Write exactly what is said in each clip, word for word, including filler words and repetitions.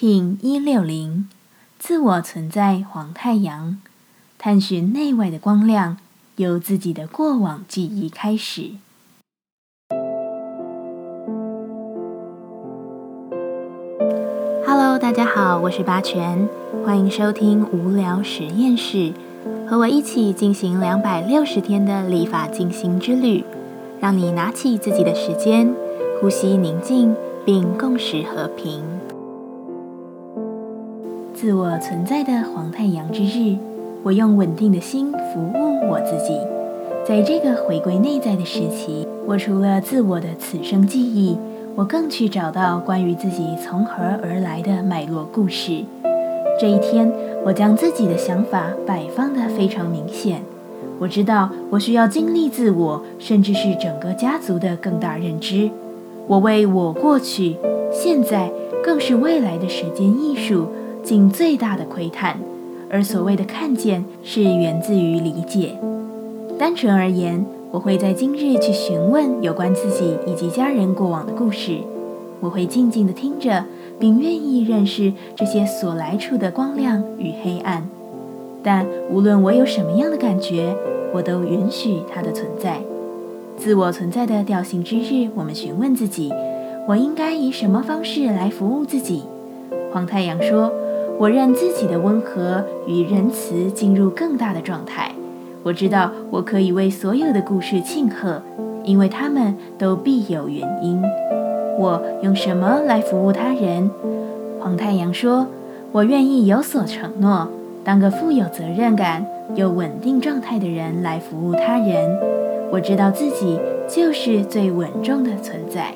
听一六零，自我存在黄太阳，探寻内外的光亮，由自己的过往记忆开始。Hello， 大家好，我是八全，欢迎收听无聊实验室，和我一起进行两百六十天的立法进行之旅，让你拿起自己的时间，呼吸宁静，并共识和平。自我存在的黄太阳之日，我用稳定的心服务我自己。在这个回归内在的时期，我除了自我的此生记忆，我更去找到关于自己从何而来的脉络故事。这一天，我将自己的想法摆放得非常明显。我知道我需要经历自我，甚至是整个家族的更大认知。我为我过去、现在，更是未来的时间艺术尽最大的窥探，而所谓的看见是源自于理解。单纯而言，我会在今日去询问有关自己以及家人过往的故事。我会静静地听着，并愿意认识这些所来处的光亮与黑暗。但无论我有什么样的感觉，我都允许它的存在。自我存在的调性之日，我们询问自己，我应该以什么方式来服务自己？黄太阳说，我让自己的温和与仁慈进入更大的状态。我知道我可以为所有的故事庆贺，因为他们都必有原因。我用什么来服务他人？黄太阳说，我愿意有所承诺，当个富有责任感又稳定状态的人来服务他人。我知道自己就是最稳重的存在。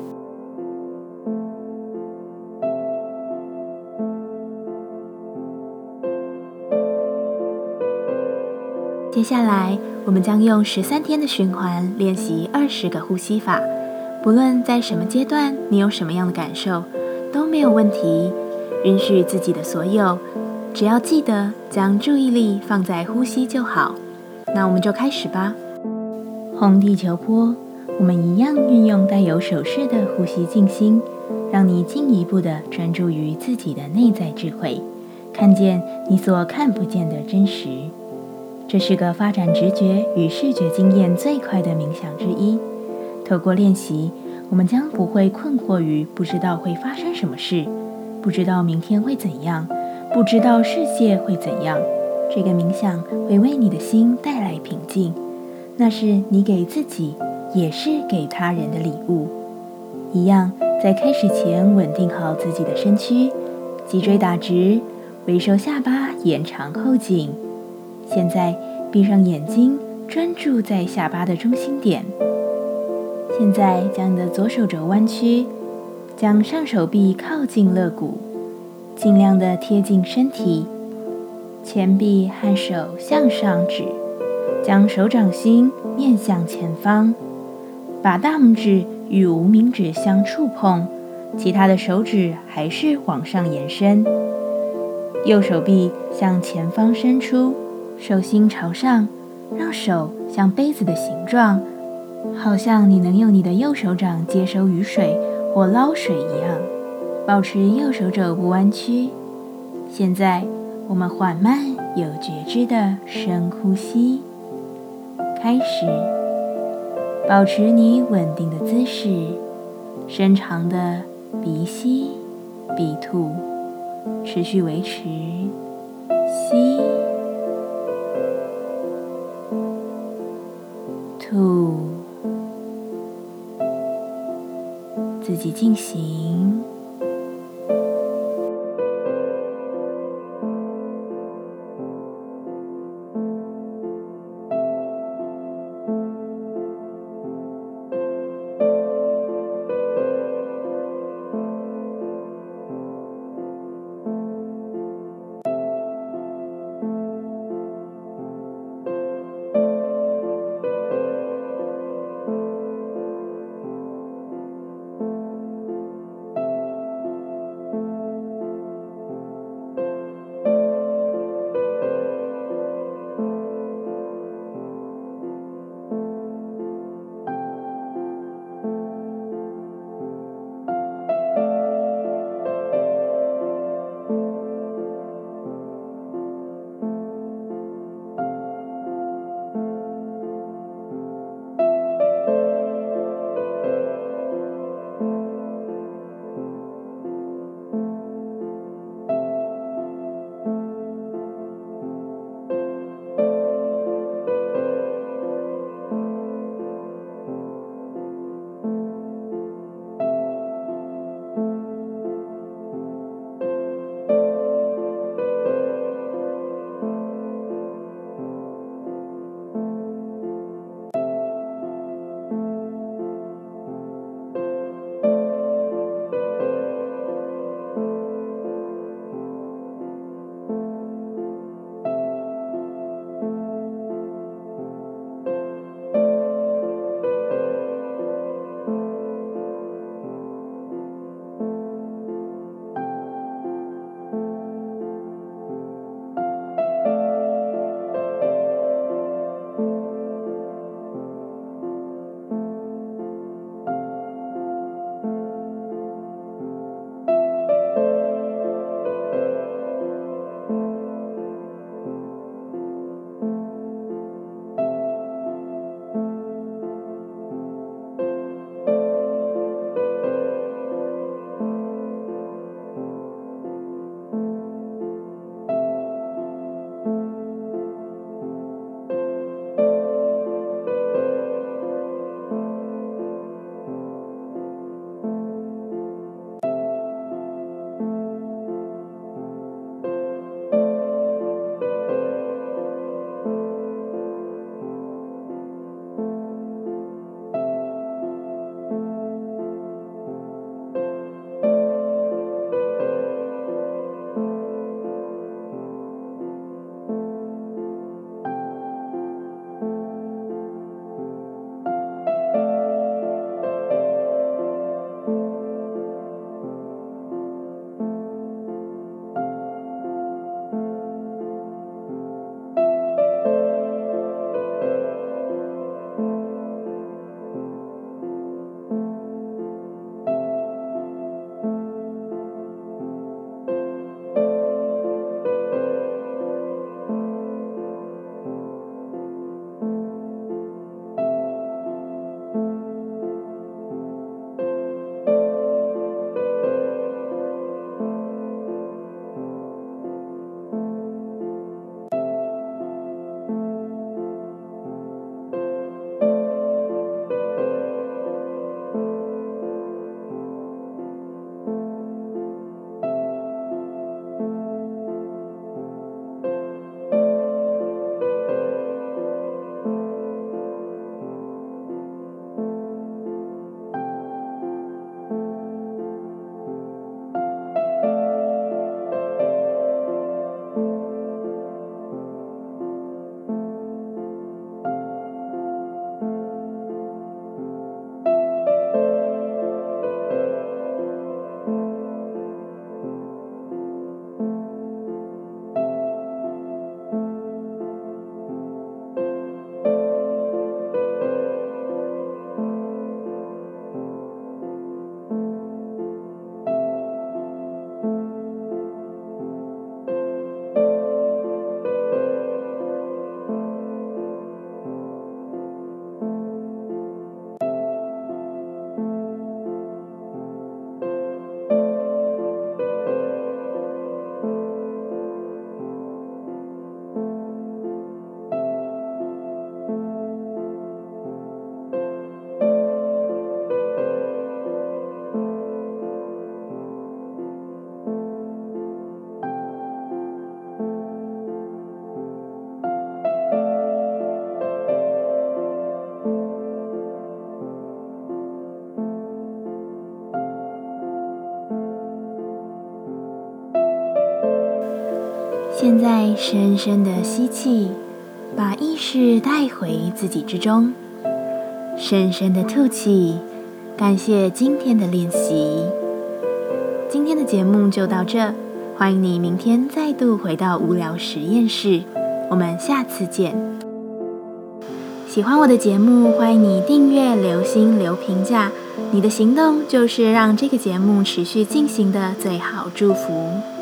接下来，我们将用十三天的循环练习二十个呼吸法。不论在什么阶段，你有什么样的感受，都没有问题。允许自己的所有，只要记得将注意力放在呼吸就好。那我们就开始吧。红地球波，我们一样运用带有手势的呼吸静心，让你进一步的专注于自己的内在智慧，看见你所看不见的真实。这是个发展直觉与视觉经验最快的冥想之一。透过练习，我们将不会困惑于不知道会发生什么事，不知道明天会怎样，不知道世界会怎样。这个冥想会为你的心带来平静，那是你给自己，也是给他人的礼物。一样，在开始前稳定好自己的身躯，脊椎打直，微收下巴，延长后颈。现在闭上眼睛，专注在下巴的中心点。现在将你的左手肘弯曲，将上手臂靠近肋骨，尽量的贴近身体，前臂和手向上指，将手掌心面向前方，把大拇指与无名指相触碰，其他的手指还是往上延伸。右手臂向前方伸出，手心朝上，让手像杯子的形状，好像你能用你的右手掌接收雨水或捞水一样。保持右手肘不弯曲。现在我们缓慢有觉知的深呼吸。开始，保持你稳定的姿势，深长的鼻吸鼻吐，持续维持。吸吐，自己进行。 现在深深的吸气，把意识带回自己之中，深深的吐气，感谢今天的练习。今天的节目就到这，欢迎你明天再度回到无聊实验室，我们下次见。喜欢我的节目，欢迎你订阅、留心、留评价，你的行动就是让这个节目持续进行的最好祝福。